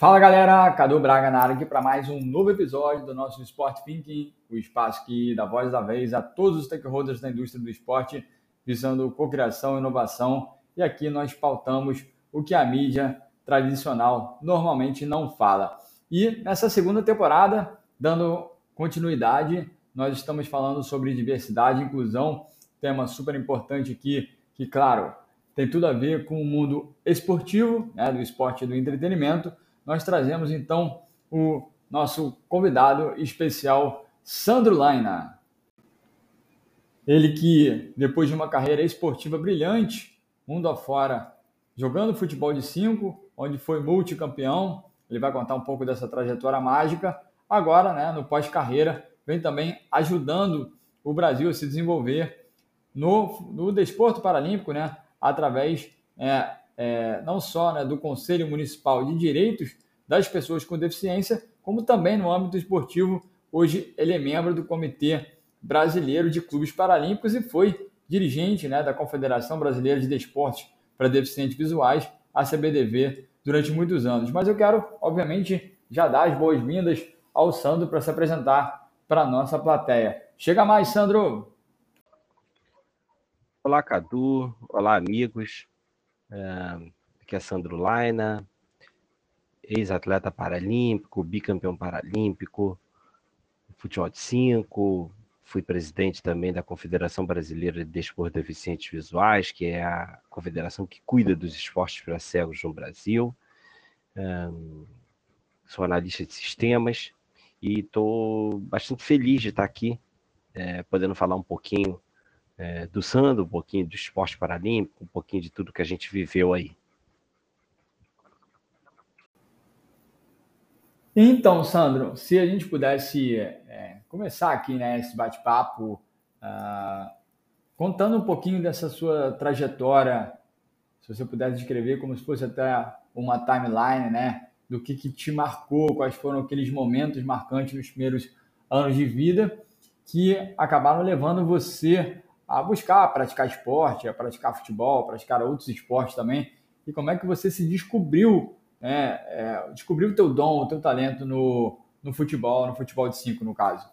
Fala galera, Cadu Braga na área aqui para mais um novo episódio do nosso Sport Thinking, o espaço que dá voz da vez a todos os stakeholders da indústria do esporte, visando cocriação e inovação. E aqui nós pautamos o que a mídia tradicional normalmente não fala. E nessa segunda temporada, dando continuidade, nós estamos falando sobre diversidade e inclusão, tema super importante aqui, que claro, tem tudo a ver com o mundo esportivo, né, do esporte e do entretenimento. Nós trazemos então o nosso convidado especial, Sandro Laina. Ele que, depois de uma carreira esportiva brilhante, mundo afora, jogando futebol de 5, onde foi multicampeão, ele vai contar um pouco dessa trajetória mágica. Agora, né, no pós-carreira, vem também ajudando o Brasil a se desenvolver no desporto paralímpico, né, através não só, né, do Conselho Municipal de Direitos das Pessoas com Deficiência, como também no âmbito esportivo. Hoje ele é membro do Comitê Brasileiro de Clubes Paralímpicos e foi dirigente, né, da Confederação Brasileira de Desportos para Deficientes Visuais, a CBDV, durante muitos anos. Mas eu quero, obviamente, já dar as boas-vindas ao Sandro para se apresentar para a nossa plateia. Chega mais, Sandro! Olá, Cadu. Olá, amigos. Aqui é Sandro Laina, ex-atleta paralímpico, bicampeão paralímpico, futebol de 5. Fui presidente também da Confederação Brasileira de Desporto de Deficientes Visuais, que é a confederação que cuida dos esportes para cegos no Brasil. Sou analista de sistemas e estou bastante feliz de estar aqui, podendo falar um pouquinho do Sandro, um pouquinho do esporte paralímpico, um pouquinho de tudo que a gente viveu aí. Então, Sandro, se a gente pudesse começar aqui, né, esse bate-papo, contando um pouquinho dessa sua trajetória, se você pudesse descrever como se fosse até uma timeline, né, do que te marcou, quais foram aqueles momentos marcantes nos primeiros anos de vida que acabaram levando você a buscar praticar esporte, a praticar futebol, a praticar outros esportes também, e como é que você se descobriu, né, descobriu o teu dom, o teu talento no futebol de 5 no caso.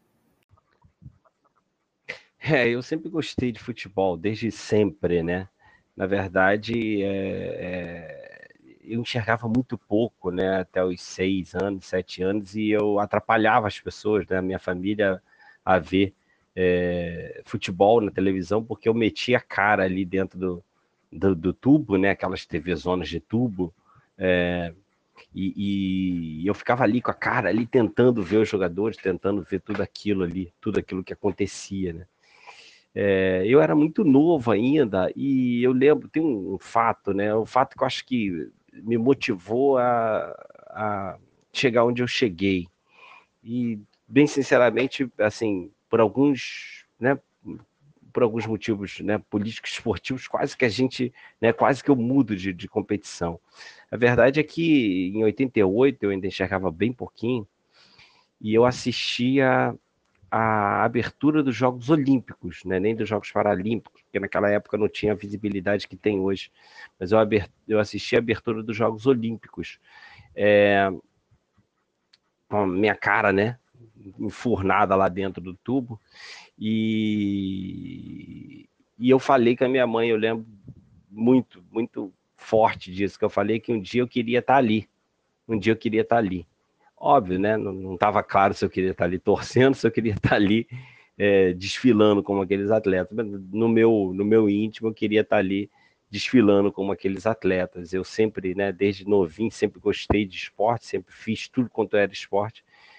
Eu sempre gostei de futebol, desde sempre, né? Na verdade, eu enxergava muito pouco, né? Até os 6 anos, 7 anos, e eu atrapalhava as pessoas, né? Minha família a ver futebol na televisão, porque eu metia a cara ali dentro do tubo, né? Aquelas TV zonas de tubo, e eu ficava ali com a cara ali tentando ver os jogadores, tentando ver tudo aquilo ali, tudo aquilo que acontecia, né? Eu era muito novo ainda e eu lembro, tem um fato, né? Um fato que eu acho que me motivou a chegar onde eu cheguei. E, bem sinceramente, assim, por alguns motivos, né, políticos, esportivos, quase que a gente, né, quase que eu mudo de competição. A verdade é que em 88 eu ainda enxergava bem pouquinho e eu assistia a abertura dos Jogos Olímpicos, né? Nem dos Jogos Paralímpicos, porque naquela época não tinha a visibilidade que tem hoje, mas eu assisti a abertura dos Jogos Olímpicos, com a minha cara, né, enfurnada lá dentro do tubo, e eu falei com a minha mãe, eu lembro muito, muito forte disso, que eu falei que um dia eu queria estar ali, um dia eu queria estar ali. Óbvio, né? Não estava claro se eu queria estar ali torcendo, se eu queria estar ali desfilando como aqueles atletas. Mas no meu íntimo, eu queria estar ali desfilando como aqueles atletas. Eu sempre, né, desde novinho, sempre gostei de esporte, sempre fiz tudo quanto era esporte.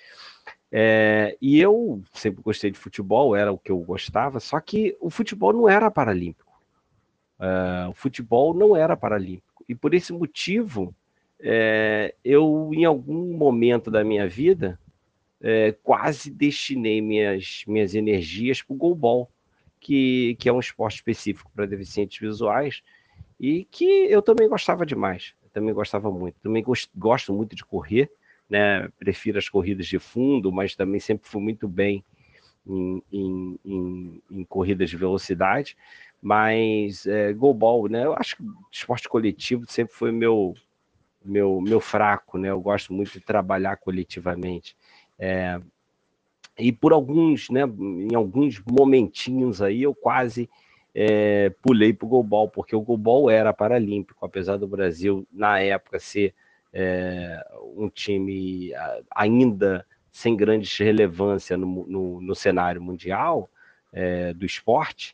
E eu sempre gostei de futebol, era o que eu gostava, só que o futebol não era paralímpico. O futebol não era paralímpico. E por esse motivo, eu, em algum momento da minha vida, quase destinei minhas energias para o goalball, que é um esporte específico para deficientes visuais, e que eu também gostava demais, eu também gostava muito. Também gosto muito de correr, né? Prefiro as corridas de fundo, mas também sempre fui muito bem em corridas de velocidade. Mas goalball, né? Eu acho que esporte coletivo sempre foi meu fraco, né? Eu gosto muito de trabalhar coletivamente. E por alguns, né, em alguns momentinhos aí, eu quase pulei para o goalball, porque o goalball era paralímpico, apesar do Brasil, na época, ser um time ainda sem grande relevância no cenário mundial do esporte,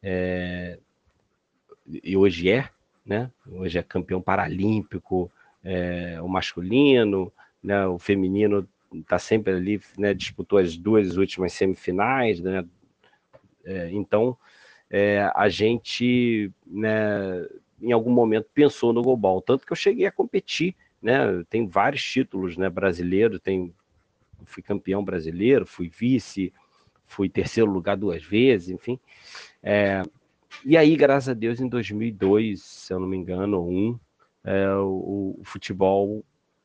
e hoje né? Hoje é campeão paralímpico, o masculino, né? O feminino está sempre ali, né? Disputou as duas últimas semifinais, né? Então, a gente, né, em algum momento pensou no goalball, tanto que eu cheguei a competir, né? Tem vários títulos, né, brasileiros, fui campeão brasileiro, fui vice, fui terceiro lugar 2 vezes, enfim. E aí, graças a Deus, em 2002, se eu não me engano, o futebol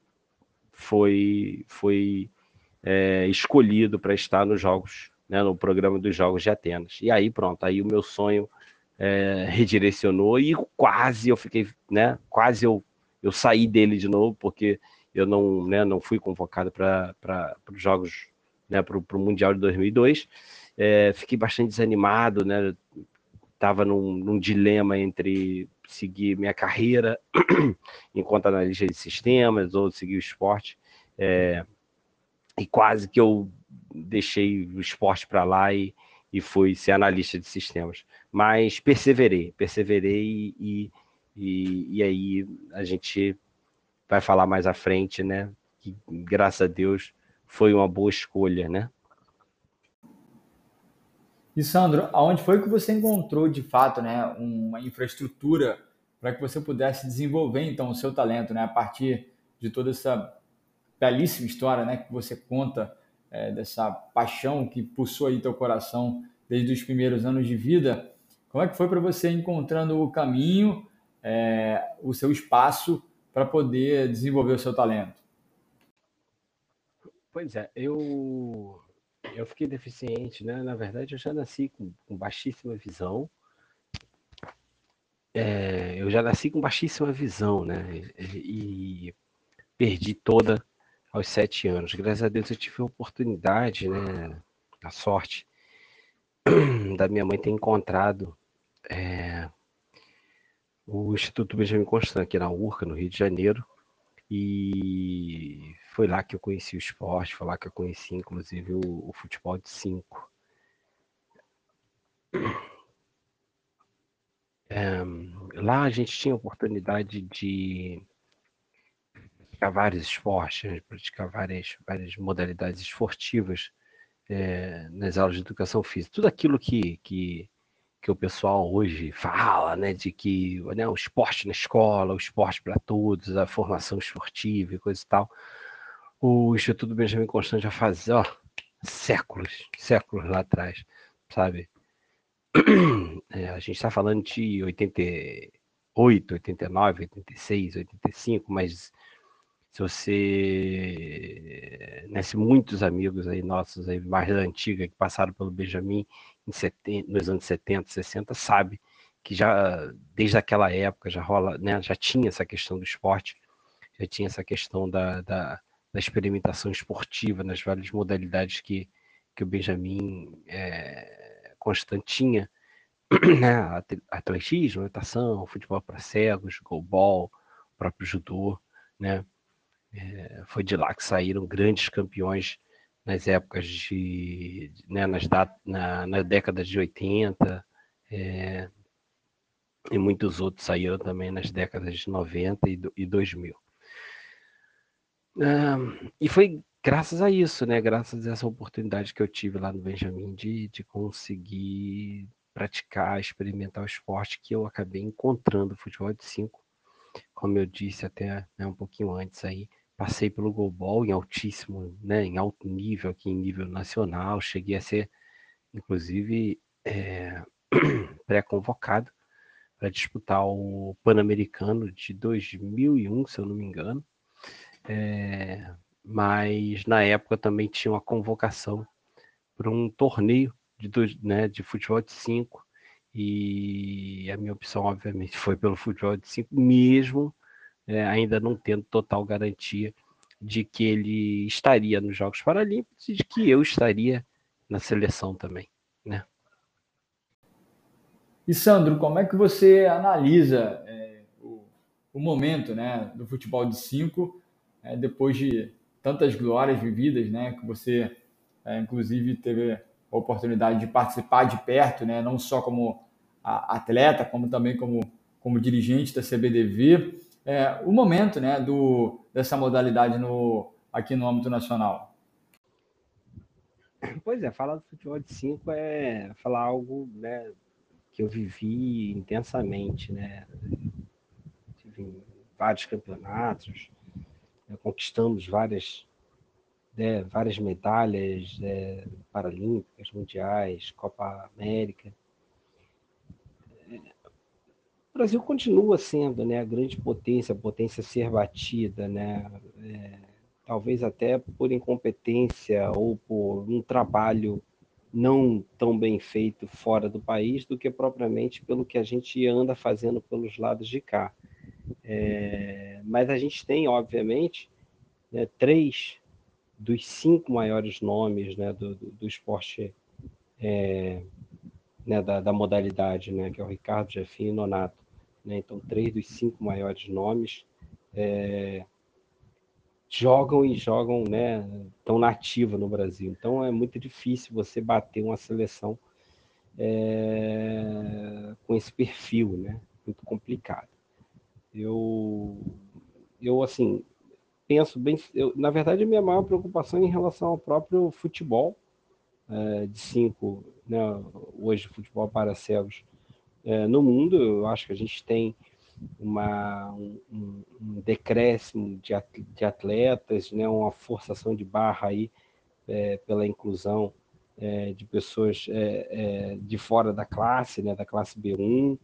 foi escolhido para estar nos Jogos, né, no programa dos Jogos de Atenas. E aí, pronto, aí o meu sonho redirecionou e quase eu fiquei, né, quase eu saí dele de novo, porque eu não, né, não fui convocado para os Jogos, né, para o Mundial de 2002. Fiquei bastante desanimado, né, estava num dilema entre seguir minha carreira enquanto analista de sistemas ou seguir o esporte, e quase que eu deixei o esporte para lá e fui ser analista de sistemas. Mas perseverei e aí a gente vai falar mais à frente, né? Que graças a Deus foi uma boa escolha, né? E Sandro, aonde foi que você encontrou de fato, né, uma infraestrutura para que você pudesse desenvolver então o seu talento, né, a partir de toda essa belíssima história, né, que você conta dessa paixão que pulsou aí teu coração desde os primeiros anos de vida? Como é que foi para você encontrando o caminho, o seu espaço para poder desenvolver o seu talento? Pois é, eu fiquei deficiente, né? Na verdade, eu já nasci com baixíssima visão. Eu já nasci com baixíssima visão, né? E perdi toda aos 7 anos. Graças a Deus eu tive a oportunidade, né? A sorte da minha mãe ter encontrado o Instituto Benjamin Constant aqui na Urca, no Rio de Janeiro. E foi lá que eu conheci o esporte, foi lá que eu conheci, inclusive, o futebol de 5. Lá a gente tinha a oportunidade de praticar vários esportes, praticar várias modalidades esportivas nas aulas de educação física. Tudo aquilo que o pessoal hoje fala, né, de que, né, o esporte na escola, o esporte para todos, a formação esportiva e coisa e tal. O Instituto Benjamin Constant já faz, ó, séculos lá atrás, sabe? A gente está falando de 88, 89, 86, 85, mas se você nesse muitos amigos aí nossos aí mais da antiga que passaram pelo Benjamin nos anos 70, 60, sabe que já desde aquela época já rola, né, já tinha essa questão do esporte, já tinha essa questão da experimentação esportiva nas várias modalidades que o Benjamin Constant tinha, né, atletismo, natação, futebol para cegos, goalball, próprio judô, né? Foi de lá que saíram grandes campeões nas épocas né, na década de 80, e muitos outros saíram também nas décadas de 90 e 2000. E foi graças a isso, né? Graças a essa oportunidade que eu tive lá no Benjamin de conseguir praticar, experimentar o esporte, que eu acabei encontrando o futebol de 5. Como eu disse até, né, um pouquinho antes aí, passei pelo goalball em altíssimo, né, em alto nível, aqui em nível nacional, cheguei a ser, inclusive, pré-convocado para disputar o Pan-Americano de 2001, se eu não me engano. Mas na época também tinha uma convocação para um torneio né, de futebol de 5, e a minha opção, obviamente, foi pelo futebol de 5, mesmo ainda não tendo total garantia de que ele estaria nos Jogos Paralímpicos e de que eu estaria na seleção também, né? E Sandro, como é que você analisa o momento, né, do futebol de 5, depois de tantas glórias vividas, né, que você inclusive teve a oportunidade de participar de perto, né, não só como atleta, como também como dirigente da CBDV, o momento, né, dessa modalidade aqui no âmbito nacional? Pois é, falar do futebol de 5 é falar algo, né, que eu vivi intensamente, né? Tive em vários campeonatos, conquistamos várias medalhas paralímpicas, mundiais, Copa América. O Brasil continua sendo, né, a grande potência, a potência a ser batida, né? Talvez até por incompetência ou por um trabalho não tão bem feito fora do país do que propriamente pelo que a gente anda fazendo pelos lados de cá. Mas a gente tem, obviamente, né, 3 dos 5 maiores nomes, né, do esporte, né, da modalidade, né, que é o Ricardo, Jefinho e Nonato. Né? Então, 3 dos 5 maiores nomes jogam, né, tão nativa no Brasil. Então, é muito difícil você bater uma seleção com esse perfil, né? Muito complicado. Eu assim, penso bem. Na verdade, a minha maior preocupação é em relação ao próprio futebol de 5, né, hoje, futebol para cegos no mundo. Eu acho que a gente tem um decréscimo de atletas, né, uma forçação de barra aí pela inclusão de pessoas de fora da classe, né, da classe B1.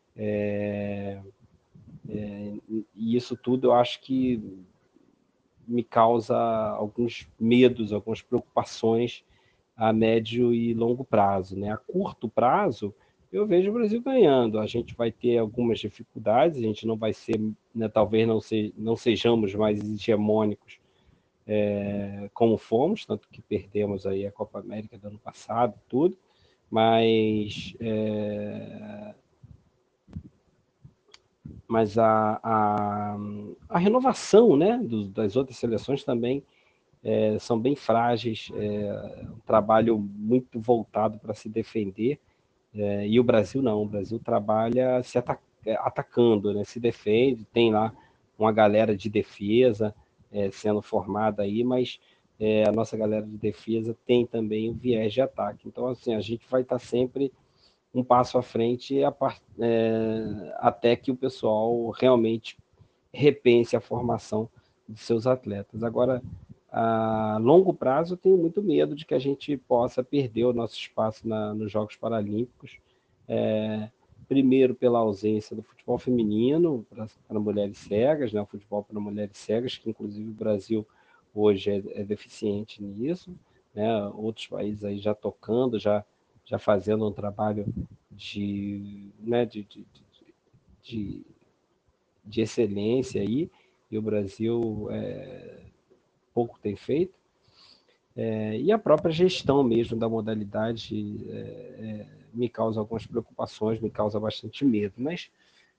E isso tudo eu acho que me causa alguns medos, algumas preocupações a médio e longo prazo. Né? A curto prazo, eu vejo o Brasil ganhando. A gente vai ter algumas dificuldades, a gente não vai ser, né, talvez não sejamos mais hegemônicos como fomos, tanto que perdemos aí a Copa América do ano passado, tudo, mas a renovação, né, das outras seleções também são bem frágeis, um trabalho muito voltado para se defender, e o Brasil não, o Brasil trabalha atacando, né, se defende, tem lá uma galera de defesa sendo formada aí, mas a nossa galera de defesa tem também o viés de ataque. Então, assim, a gente vai estar sempre um passo à frente até que o pessoal realmente repense a formação de seus atletas. Agora, a longo prazo, eu tenho muito medo de que a gente possa perder o nosso espaço nos Jogos Paralímpicos. Primeiro, pela ausência do futebol feminino para mulheres cegas, né? O futebol para mulheres cegas, que inclusive o Brasil hoje é deficiente nisso. Né? Outros países aí já tocando, já fazendo um trabalho né, de excelência aí, e o Brasil pouco tem feito. E a própria gestão mesmo da modalidade me causa algumas preocupações, me causa bastante medo, mas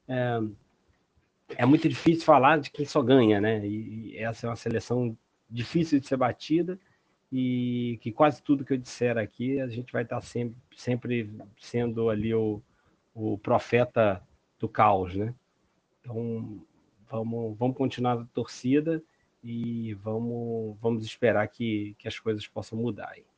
é muito difícil falar de quem só ganha, né? E essa é uma seleção difícil de ser batida, e que quase tudo que eu disser aqui, a gente vai estar sempre sendo ali o profeta do caos, né? Então, vamos continuar na torcida e vamos esperar que as coisas possam mudar aí.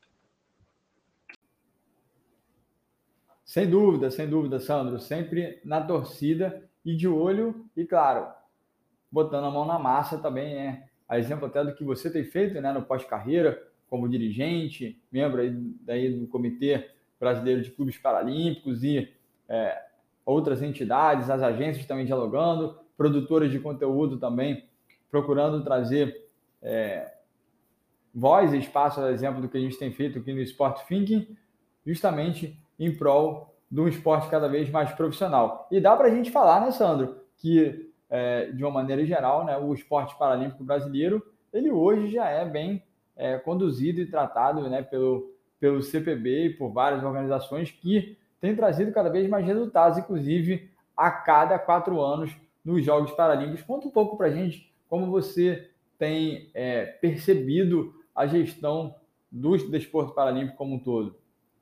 Sem dúvida, Sandro. Sempre na torcida e de olho, e claro, botando a mão na massa também, a exemplo até do que você tem feito, né, no pós-carreira, como dirigente, membro aí, daí do Comitê Brasileiro de Clubes Paralímpicos e outras entidades, as agências também dialogando, produtoras de conteúdo também procurando trazer voz e espaço, a exemplo do que a gente tem feito aqui no Sport Thinking, justamente em prol de um esporte cada vez mais profissional. E dá para a gente falar, né, Sandro, que de uma maneira geral, né, o esporte paralímpico brasileiro, ele hoje já é bem conduzido e tratado, né, pelo CPB e por várias organizações que têm trazido cada vez mais resultados, inclusive a cada 4 anos nos Jogos Paralímpicos. Conta um pouco para a gente como você tem percebido a gestão do desporto paralímpico como um todo.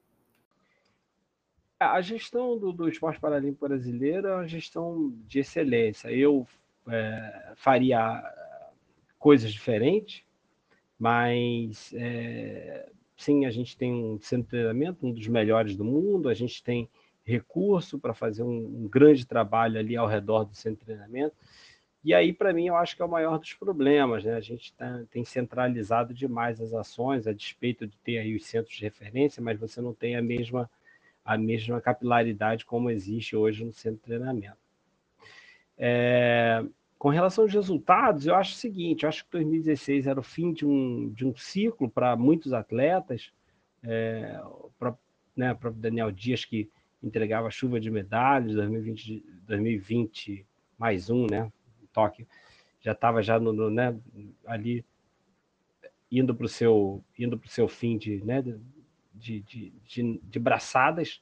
A gestão do esporte paralímpico brasileiro é uma gestão de excelência. Eu faria coisas diferentes, mas sim, a gente tem um centro de treinamento, um dos melhores do mundo, a gente tem recurso para fazer um grande trabalho ali ao redor do centro de treinamento. E aí, para mim, eu acho que é o maior dos problemas, né? A gente tem centralizado demais as ações, a despeito de ter aí os centros de referência, mas você não tem a mesma capilaridade como existe hoje no centro de treinamento. Com relação aos resultados, eu acho o seguinte, eu acho que 2016 era o fim de um ciclo para muitos atletas, né, o próprio Daniel Dias, que entregava chuva de medalhas, 2020 mais um, né, Tóquio, já estava né, ali indo para o seu fim de braçadas.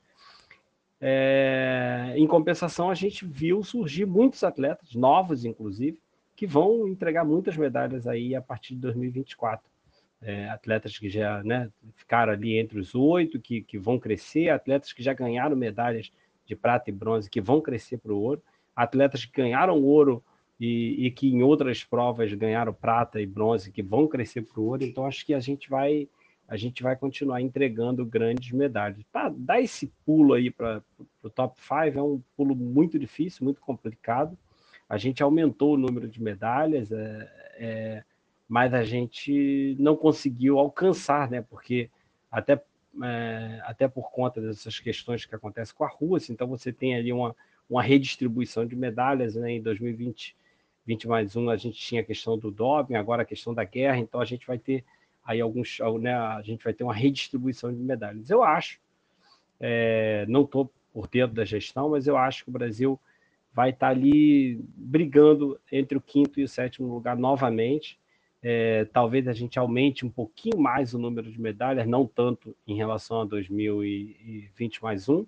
Em compensação, a gente viu surgir muitos atletas, novos inclusive, que vão entregar muitas medalhas aí a partir de 2024. Atletas que já, né, ficaram ali entre os 8, que vão crescer, atletas que já ganharam medalhas de prata e bronze, que vão crescer para o ouro, atletas que ganharam ouro e que em outras provas ganharam prata e bronze, que vão crescer para o ouro. Então, acho que a gente vai continuar entregando grandes medalhas. Dar esse pulo aí para o top 5 é um pulo muito difícil, muito complicado. A gente aumentou o número de medalhas, mas a gente não conseguiu alcançar, né? Porque até por conta dessas questões que acontecem com a Rússia, então você tem ali uma redistribuição de medalhas, né? Em 2020 mais um, a gente tinha a questão do doping, agora a questão da guerra, então a gente vai ter aí né, a gente vai ter uma redistribuição de medalhas. Eu acho, não estou por dentro da gestão, mas eu acho que o Brasil vai estar ali brigando entre o 5º e o 7º lugar novamente. Talvez a gente aumente um pouquinho mais o número de medalhas, não tanto em relação a 2020 mais um,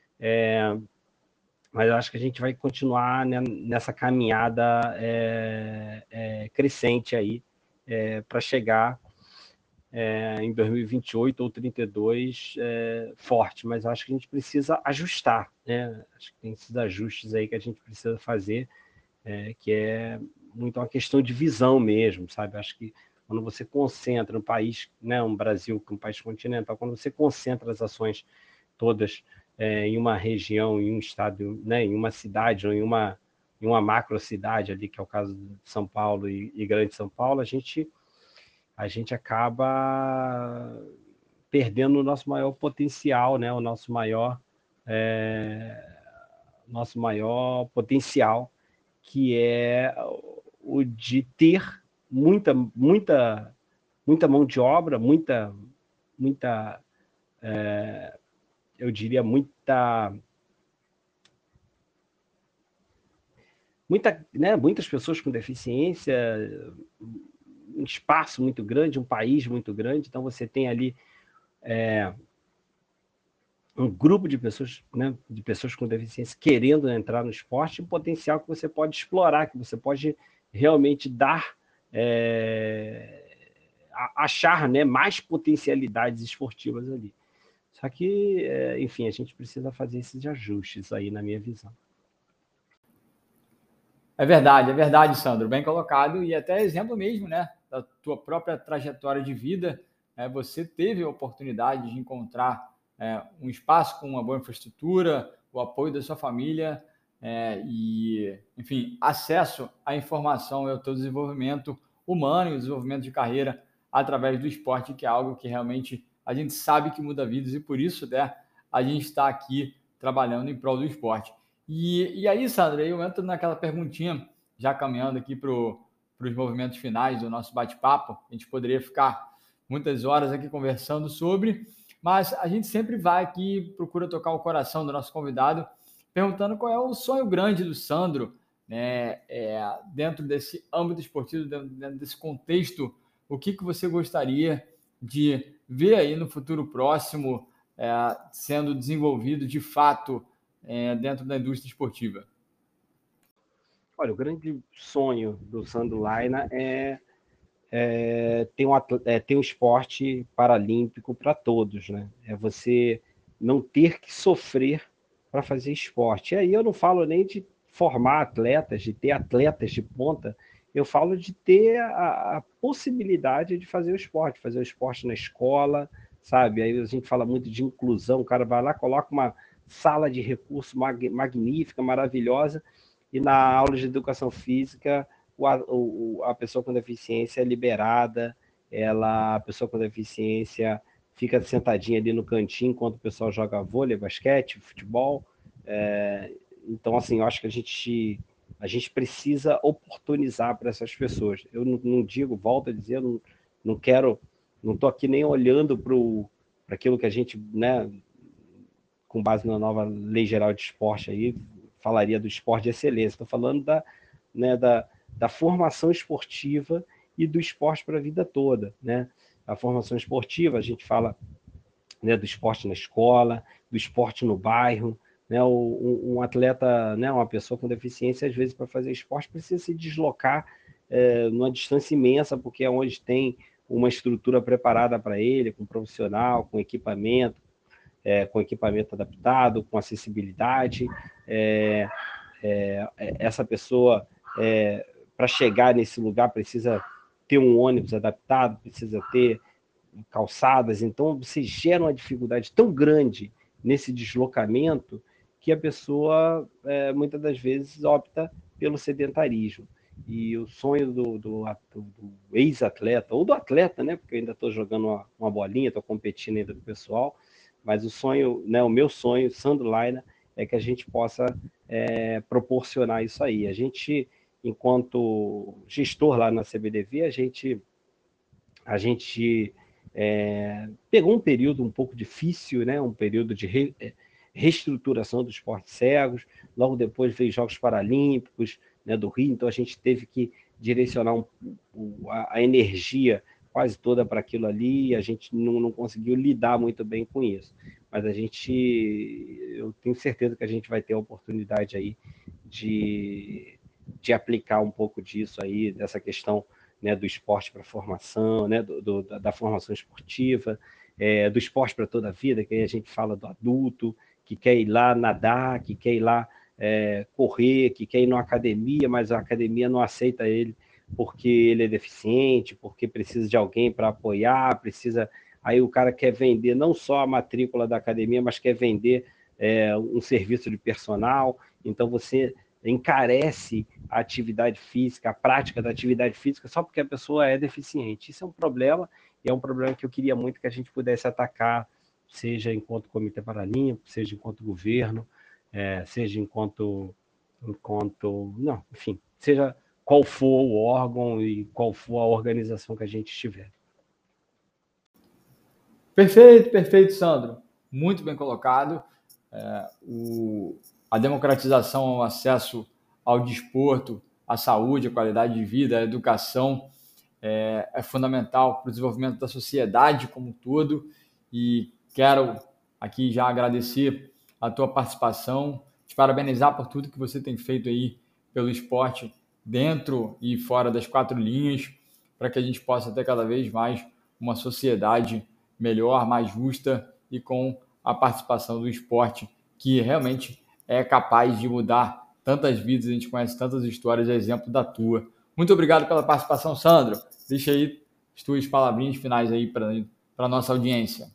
mas eu acho que a gente vai continuar, né, nessa caminhada crescente aí para chegar em 2028 ou 32 forte, mas acho que a gente precisa ajustar, né? Acho que tem esses ajustes aí que a gente precisa fazer, que é muito uma questão de visão mesmo, sabe? Acho que quando você concentra um país, né, um Brasil, que é um país continental, quando você concentra as ações todas em uma região, em um estado, né, em uma cidade ou em uma macro cidade ali, que é o caso de São Paulo e Grande São Paulo, a gente acaba perdendo o nosso maior potencial, né? O nosso maior potencial, que é o de ter muita mão de obra, eu diria né, muitas pessoas com deficiência, um espaço muito grande, um país muito grande, então você tem ali um grupo de pessoas, né, de pessoas com deficiência querendo entrar no esporte, um potencial que você pode explorar, que você pode realmente dar, achar, né, mais potencialidades esportivas ali. Só que, enfim, a gente precisa fazer esses ajustes aí, na minha visão. É verdade, Sandro, bem colocado, e até exemplo mesmo, né, da tua própria trajetória de vida, você teve a oportunidade de encontrar um espaço com uma boa infraestrutura, o apoio da sua família e, enfim, acesso à informação e ao teu desenvolvimento humano e o desenvolvimento de carreira através do esporte, que é algo que realmente a gente sabe que muda vidas e por isso, né, a gente está aqui trabalhando em prol do esporte. E aí, Sandra, eu entro naquela perguntinha, já caminhando aqui para os movimentos finais do nosso bate-papo. A gente poderia ficar muitas horas aqui conversando sobre, mas a gente sempre vai aqui, procura tocar o coração do nosso convidado, perguntando qual é o sonho grande do Sandro né, dentro desse âmbito esportivo, dentro desse contexto, o que você gostaria de ver aí no futuro próximo sendo desenvolvido de fato dentro da indústria esportiva? Olha, o grande sonho do Sandro Laina é ter um esporte paralímpico para todos, né? É você não ter que sofrer para fazer esporte. E aí eu não falo nem de formar atletas, de ter atletas de ponta, eu falo de ter a possibilidade de fazer o esporte na escola, sabe? Aí a gente fala muito de inclusão, o cara vai lá, coloca uma sala de recurso magnífica, maravilhosa, e na aula de educação física a pessoa com deficiência é liberada, a pessoa com deficiência fica sentadinha ali no cantinho enquanto o pessoal joga vôlei, basquete, futebol. Então, assim, eu acho que a gente precisa oportunizar para essas pessoas. Eu não digo, volto a dizer, não estou aqui nem olhando para aquilo que a gente, né, com base na nova Lei Geral de Esporte aí, falaria do esporte de excelência. Estou falando da formação esportiva e do esporte para a vida toda, né? A formação esportiva, a gente fala, né, do esporte na escola, do esporte no bairro, né? Um atleta, né, uma pessoa com deficiência, às vezes, para fazer esporte, precisa se deslocar numa distância imensa, porque é onde tem uma estrutura preparada para ele, com profissional, com equipamento adaptado, com acessibilidade. Essa pessoa, para chegar nesse lugar, precisa ter um ônibus adaptado, precisa ter calçadas. Então, você gera uma dificuldade tão grande nesse deslocamento que a pessoa, muitas das vezes, opta pelo sedentarismo. E o sonho do ex-atleta, ou do atleta, né? Porque eu ainda estou jogando uma bolinha, estou competindo ainda com o pessoal, mas o sonho, né, o meu sonho, Sandro Laina, é que a gente possa proporcionar isso aí. A gente, enquanto gestor lá na CBDV, a gente pegou um período um pouco difícil, né, um período de reestruturação dos esportes cegos, logo depois veio os Jogos Paralímpicos, né, do Rio, então a gente teve que direcionar a energia quase toda para aquilo ali, e a gente não conseguiu lidar muito bem com isso. Mas eu tenho certeza que a gente vai ter a oportunidade aí de aplicar um pouco disso aí, dessa questão, né, do esporte para a formação, né, da formação esportiva, do esporte para toda a vida, que aí a gente fala do adulto, que quer ir lá nadar, que quer ir lá correr, que quer ir numa academia, mas a academia não aceita ele porque ele é deficiente, porque precisa de alguém para apoiar, aí o cara quer vender não só a matrícula da academia, mas quer vender um serviço de personal, então você encarece a atividade física, a prática da atividade física, só porque a pessoa é deficiente. Isso é um problema, e é um problema que eu queria muito que a gente pudesse atacar, seja enquanto Comitê Paralímpico, seja enquanto governo, seja não, enfim, seja qual for o órgão e qual for a organização que a gente estiver. Perfeito, perfeito, Sandro. Muito bem colocado. A democratização ao acesso ao desporto, à saúde, à qualidade de vida, à educação é fundamental para o desenvolvimento da sociedade como um todo. E quero aqui já agradecer a tua participação, te parabenizar por tudo que você tem feito aí pelo esporte dentro e fora das quatro linhas, para que a gente possa ter cada vez mais uma sociedade melhor, mais justa e com a participação do esporte, que realmente é capaz de mudar tantas vidas. A gente conhece tantas histórias, a exemplo da tua. Muito obrigado pela participação, Sandro. Deixa aí as tuas palavrinhas finais aí para a nossa audiência.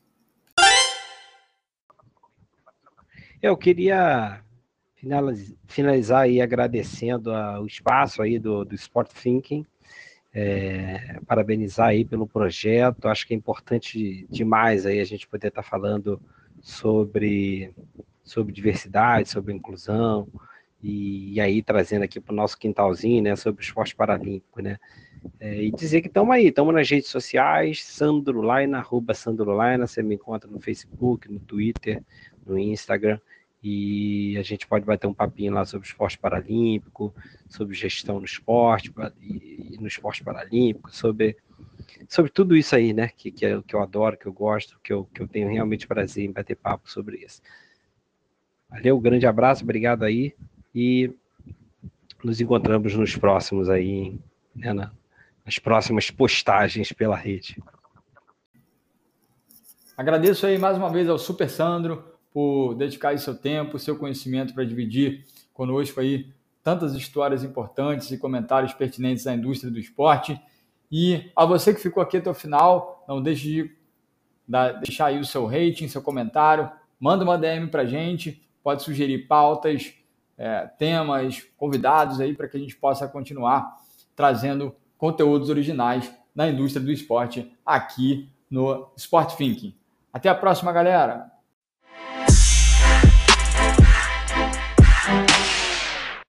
Eu queria finalizar aí agradecendo o espaço aí do Sport Thinking, parabenizar aí pelo projeto. Acho que é importante demais aí a gente poder estar falando sobre diversidade, sobre inclusão, e aí trazendo aqui para o nosso quintalzinho, né, sobre o esporte paralímpico, né, e dizer que estamos aí, estamos nas redes sociais, Sandro Laina, @Sandro Laina, você me encontra no Facebook, no Twitter, no Instagram, e a gente pode bater um papinho lá sobre esporte paralímpico, sobre gestão no esporte e no esporte paralímpico, sobre tudo isso aí, né, que eu adoro, que eu gosto, que eu tenho realmente prazer em bater papo sobre isso. Valeu, grande abraço, obrigado aí, e nos encontramos nos próximos aí, né, nas próximas postagens pela rede. Agradeço aí mais uma vez ao Super Sandro por dedicar aí seu tempo, seu conhecimento para dividir conosco aí tantas histórias importantes e comentários pertinentes à indústria do esporte. E a você que ficou aqui até o final, não deixe de deixar aí o seu rating, seu comentário, manda uma DM para a gente, pode sugerir pautas, temas, convidados aí para que a gente possa continuar trazendo conteúdos originais na indústria do esporte aqui no Sport Thinking. Até a próxima, galera!